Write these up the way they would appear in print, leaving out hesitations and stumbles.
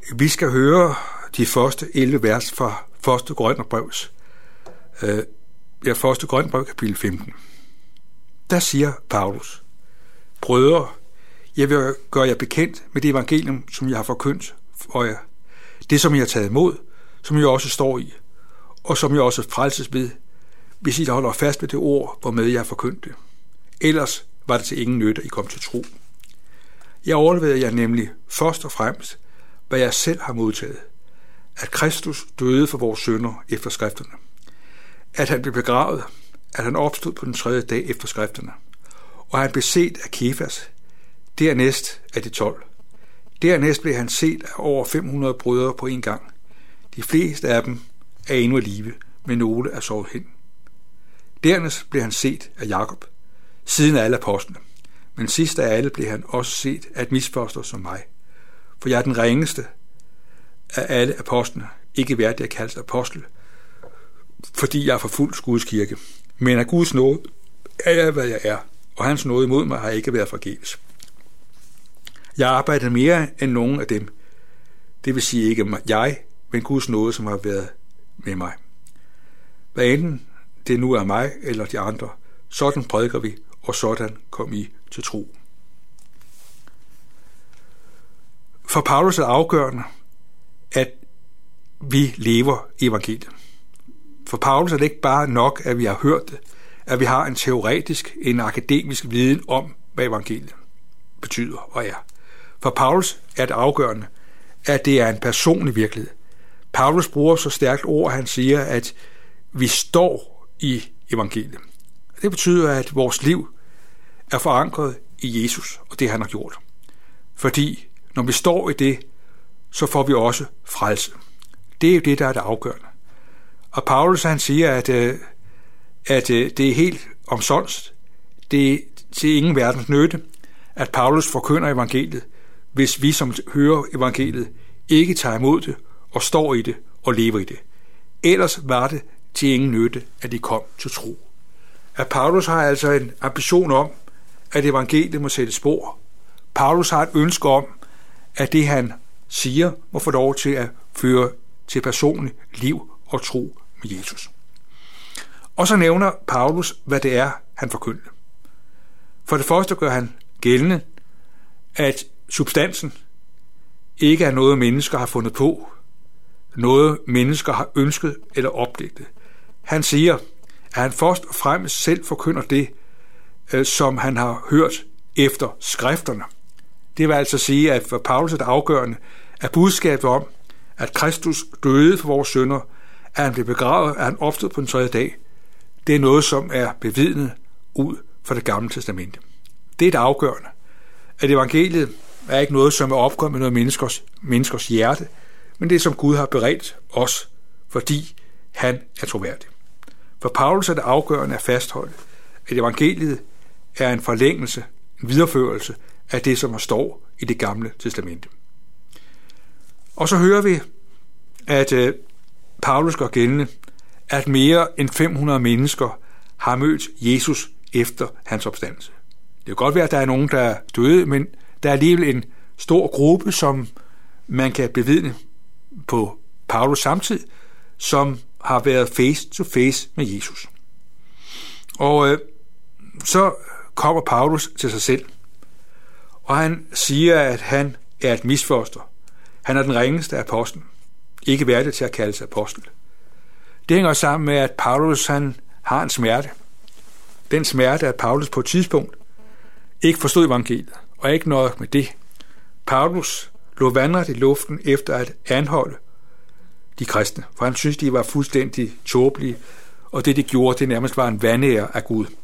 Vi skal høre de første 11 vers fra 1. Korintherbrevs. 1. Korintherbrev, kapitel 15. Der siger Paulus: Brødre, jeg vil gøre jer bekendt med det evangelium, som jeg har forkyndt for jer. Det, som jeg har taget imod, som jeg også står i, og som jeg også frelses ved, hvis I holder fast ved det ord, hvormed jeg har forkyndt det. Ellers var det til ingen nytte, I kom til tro. Jeg overleverede jer nemlig først og fremmest, hvad jeg selv har modtaget: at Kristus døde for vores synder efter skrifterne, at han blev begravet, at han opstod på den 3. dag efter skrifterne, og han blev set af Kefas, dernæst af de 12. Dernæst blev han set af over 500 brødre på en gang. De fleste af dem er endnu i live, men nogle er sovet hen. Dernæst blev han set af Jakob, siden af alle apostlene, men sidst af alle blev han også set af et misfoster som mig. For jeg er den ringeste af alle apostlene, ikke værdig at kaldes apostel, fordi jeg har forfulgt Guds kirke. Men af Guds nåde er jeg, hvad jeg er, og hans nåde imod mig har ikke været forgæves. Jeg har arbejdet mere end nogen af dem. Det vil sige ikke jeg, men Guds nåde, som har været med mig. Hvad enten det nu er mig eller de andre, sådan prædiker vi, og sådan kom I til tro. For Paulus er afgørende, at vi lever i evangeliet. For Paulus er det ikke bare nok, at vi har hørt det, at vi har en teoretisk, en akademisk viden om, hvad evangeliet betyder og er. For Paulus er det afgørende, at det er en personlig virkelighed. Paulus bruger så stærkt ord, at han siger, at vi står i evangeliet. Det betyder, at vores liv er forankret i Jesus og det, han har gjort. Fordi når vi står i det, så får vi også frelse. Det er jo det, der er det afgørende. Og Paulus, han siger, at det er helt omsonst. Det er til ingen verdens nytte, at Paulus forkynder evangeliet, hvis vi, som hører evangeliet, ikke tager imod det og står i det og lever i det. Ellers var det til ingen nytte, at de kom til tro. At Paulus har altså en ambition om, at evangeliet må sætte spor. Paulus har et ønske om, at det, han siger, må få lov til at føre til personligt liv og tro med Jesus. Og så nævner Paulus, hvad det er, han forkynder. For det første gør han gældende, at substansen ikke er noget, mennesker har fundet på, noget mennesker har ønsket eller opdigtet. Han siger, at han først og fremmest selv forkynder det, som han har hørt efter skrifterne. Det vil altså sige, at for Paulus er det afgørende, at budskabet om, at Kristus døde for vores synder, at han blev begravet, at han opstod på den 3. dag, det er noget, som er bevidnet ud fra det gamle testamente. Det er det afgørende. At evangeliet er ikke noget, som er opkommet med noget menneskers hjerte, men det, som Gud har beredt os, fordi han er troværdig. For Paulus er det afgørende at fastholde, at evangeliet er en forlængelse, en videreførelse af det, som står i det gamle testamente. Og så hører vi, at Paulus gør gældende, at mere end 500 mennesker har mødt Jesus efter hans opstandelse. Det kan godt være, at der er nogen, der er døde, men der er alligevel en stor gruppe, som man kan bevidne på Paulus samtid, som har været face to face med Jesus. Og så kommer Paulus til sig selv, og han siger, at han er et misfoster. Han er den ringeste af apostlen, ikke værdig til at kalde sig apostel. Det hænger sammen med, at Paulus han har en smerte. Den smerte, at Paulus på et tidspunkt ikke forstod evangeliet, og ikke noget med det. Paulus lå vandret i luften efter at anholde de kristne, for han synes, de var fuldstændig tåbelige, og det de gjorde, det nærmest var en vanære af Gud.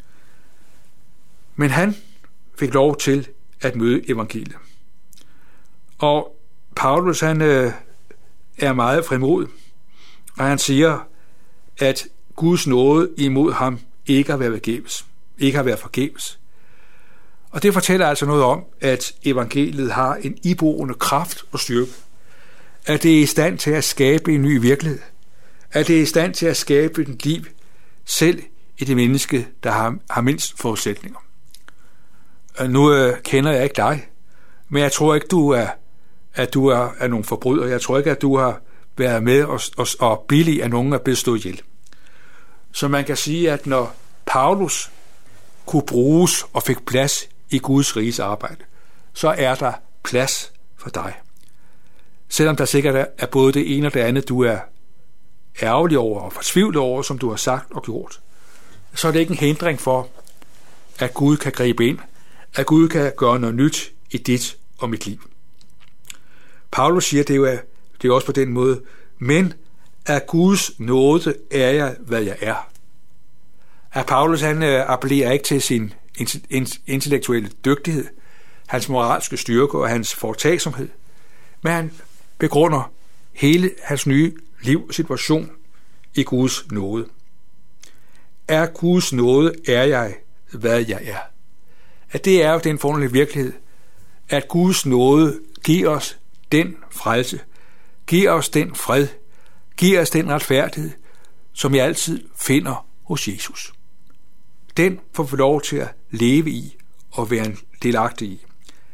Men han fik lov til at møde evangeliet. Og Paulus, han er meget frimodig, og han siger, at Guds nåde imod ham ikke har været forgæves. Og det fortæller altså noget om, at evangeliet har en iboende kraft og styrke. At det er i stand til at skabe en ny virkelighed. At det er i stand til at skabe et liv, selv i det menneske, der har mindst forudsætninger. Nu kender jeg ikke dig, men jeg tror ikke, du er at du er nogle forbrydere. Jeg tror ikke, at du har været med og billig, at nogen er blevet slået ihjel. Så man kan sige, at når Paulus kunne bruges og fik plads i Guds riges arbejde, så er der plads for dig. Selvom der sikkert er både det ene og det andet, du er ærgerlig over og fortvivlet over, som du har sagt og gjort, så er det ikke en hindring for, at Gud kan gribe ind, at Gud kan gøre noget nyt i dit og mit liv. Paulus siger, det er også på den måde, men af Guds nåde er jeg, hvad jeg er. At Paulus han appellerer ikke til sin intellektuelle dygtighed, hans moralske styrke og hans foretagsomhed, men han begrunder hele hans nye livssituation i Guds nåde. Af Guds nåde er jeg, hvad jeg er. At det er jo den forunderlige virkelighed, at Guds nåde giver os den frelse, giver os den fred, giver os den retfærdighed, som vi altid finder hos Jesus. Den får vi lov til at leve i og være en delagtig i.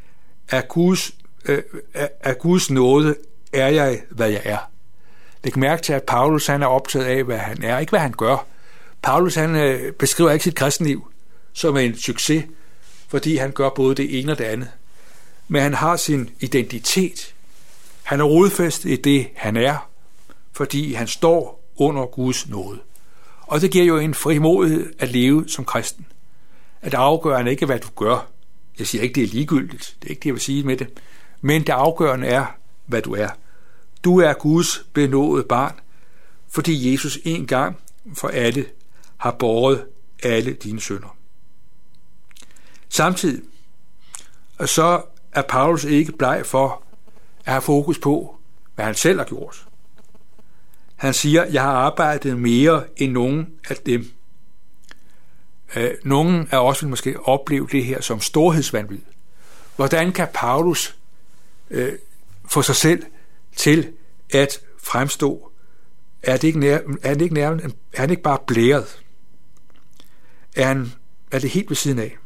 Af Guds nåde er jeg, hvad jeg er. Læg mærke til, at Paulus han er optaget af, hvad han er, ikke hvad han gør. Paulus han beskriver ikke sit kristenliv som en succes, fordi han gør både det ene og det andet. Men han har sin identitet. Han er rodfæstet i det, han er, fordi han står under Guds nåde. Og det giver jo en frimodighed at leve som kristen. At afgørende ikke, hvad du gør. Jeg siger ikke, det er ligegyldigt. Det er ikke det, jeg vil sige med det. Men det afgørende er, hvad du er. Du er Guds benådede barn, fordi Jesus en gang for alle har båret alle dine synder. Samtidig så er Paulus ikke bleg for at have fokus på, hvad han selv har gjort. Han siger, jeg har arbejdet mere end nogen af dem. Nogen af os vil måske opleve det her som storhedsvanvid. Hvordan kan Paulus få sig selv til at fremstå? Er han ikke bare blæret? Er det helt ved siden af?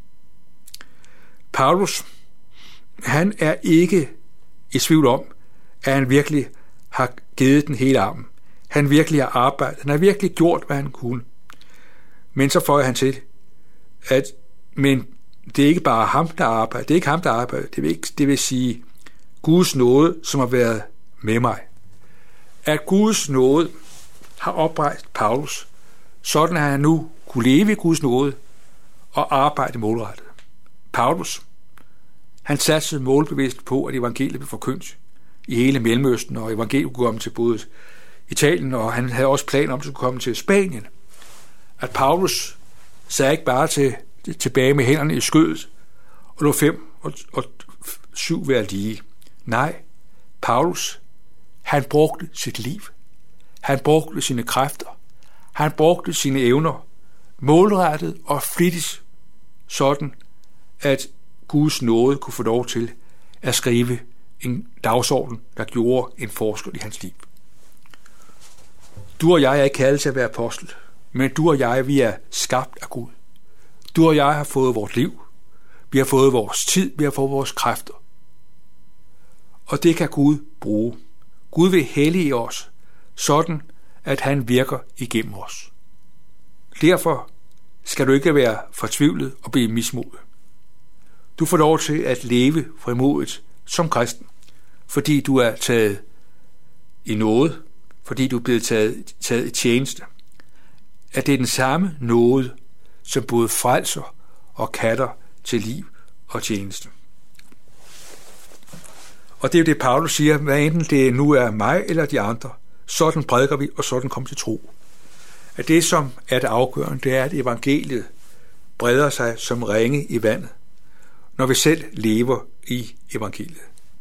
Paulus, han er ikke i tvivl om, at han virkelig har givet den hele armen. Han virkelig har arbejdet. Han har virkelig gjort, hvad han kunne. Men så føjer han til, men det er ikke bare ham, der arbejder. Det er ikke ham, der arbejder. Det vil sige Guds nåde, som har været med mig. At Guds nåde har oprejst Paulus, sådan at han nu kunne leve i Guds nåde og arbejde målrettet. Paulus, han satsede målbevidst på, at evangeliet blev forkyndt i hele Mellemøsten, og evangeliet kunne komme til både Italien, og han havde også planer om, at det skulle komme til Spanien. At Paulus sad ikke bare tilbage med hænderne i skødet, og lå 5 og 7 være lige. Nej, Paulus, han brugte sit liv. Han brugte sine kræfter. Han brugte sine evner målrettet og flittigt, sådan at Guds nåde kunne få lov til at skrive en dagsorden, der gjorde en forskel i hans liv. Du og jeg er ikke kaldet til at være apostel, men du og jeg, vi er skabt af Gud. Du og jeg har fået vores liv, vi har fået vores tid, vi har fået vores kræfter. Og det kan Gud bruge. Gud vil hellige os, sådan at han virker igennem os. Derfor skal du ikke være fortvivlet og blive mismodet. Du får lov til at leve frimodigt som kristen, fordi du er taget i nåde, fordi du er blevet taget i tjeneste. At det er den samme nåde, som både frelser og kalder til liv og tjeneste. Og det er jo det, Paulus siger, hvad enten det nu er mig eller de andre, sådan prædiker vi, og sådan kommer til tro. At det, som er det afgørende, det er, at evangeliet breder sig som ringe i vandet, når vi selv lever i evangeliet.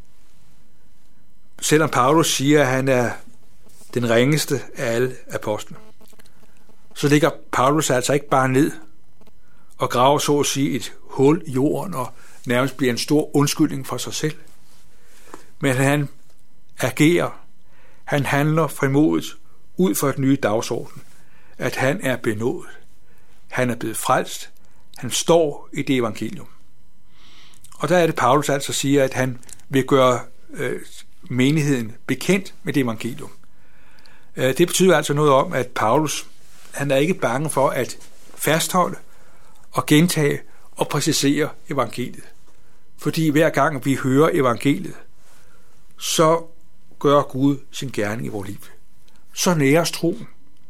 Selvom Paulus siger, at han er den ringeste af alle apostle, så ligger Paulus altså ikke bare ned og graver så at sige et hul i jorden og nærmest bliver en stor undskyldning for sig selv. Men han agerer, han handler frimodigt ud for et nye dagsorden, at han er benådet, han er blevet frelst, han står i det evangelium. Og der er det Paulus altså siger, at han vil gøre menigheden bekendt med det evangelium. Det betyder altså noget om, at Paulus, han er ikke bange for at fastholde og gentage og præcisere evangeliet. Fordi hver gang vi hører evangeliet, så gør Gud sin gerning i vores liv. Så næres troen.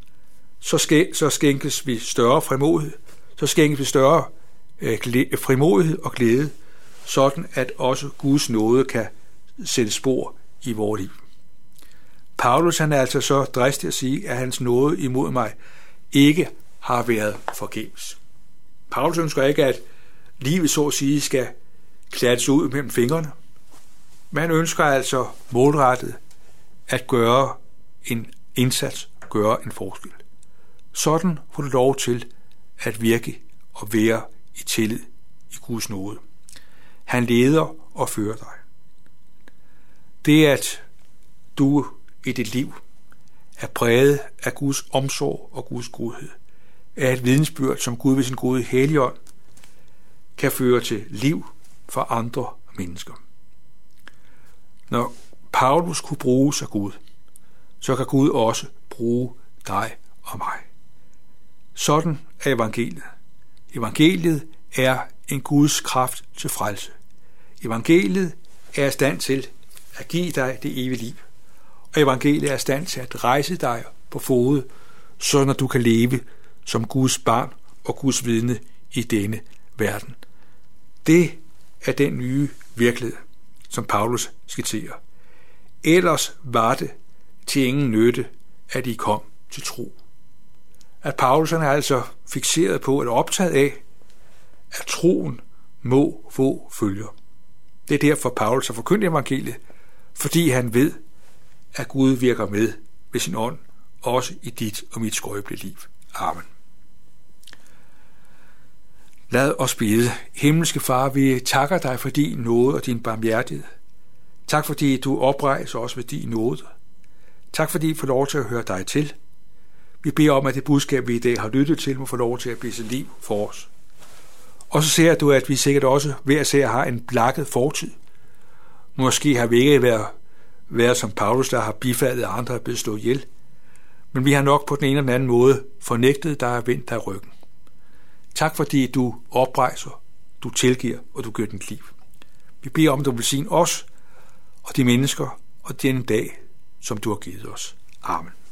Så skænkes vi større frimodighed. Så skænkes vi større frimodighed og glæde, sådan at også Guds nåde kan sætte spor i vores liv. Paulus, han er altså så dristig at sige, at hans nåde imod mig ikke har været forgæves. Paulus ønsker ikke, at livet så at sige skal klattes ud mellem fingrene. Man ønsker altså målrettet at gøre en indsats, gøre en forskel. Sådan får du lov til at virke og være i tillid i Guds nåde. Han leder og fører dig. Det, at du i dit liv er præget af Guds omsorg og Guds godhed, er et vidensbyrd, som Gud ved sin gode Helligånd kan føre til liv for andre mennesker. Når Paulus kunne bruges af Gud, så kan Gud også bruge dig og mig. Sådan er evangeliet. Evangeliet er en Guds kraft til frelse. Evangeliet er i stand til at give dig det evige liv. Og evangeliet er i stand til at rejse dig på fode, så når du kan leve som Guds barn og Guds vidne i denne verden. Det er den nye virkelighed, som Paulus skitserer. Ellers var det til ingen nytte, at I kom til tro. At Paulus er altså fikseret på at optaget af, at troen må få følger. Det er derfor Paulus har forkyndt evangeliet, fordi han ved, at Gud virker med ved sin ånd, også i dit og mit skrøbelige liv. Amen. Lad os bede. Himmelske Far, vi takker dig for din nåde og din barmhjertighed. Tak fordi du oprejser os ved din nåde. Tak fordi vi får lov til at høre dig til. Vi beder om, at det budskab, vi i dag har lyttet til, må få lov til at blive sit liv for os. Og så ser du, at vi sikkert også hver især har en blakket fortid. Måske har vi ikke været som Paulus, der har bifaldet, at andre er blevet slået ihjel. Men vi har nok på den ene eller anden måde fornægtet, der er vendt dig ryggen. Tak fordi du oprejser, du tilgiver og du gør dit liv. Vi beder om, at du vil velsigne os og de mennesker og den dag, som du har givet os. Amen.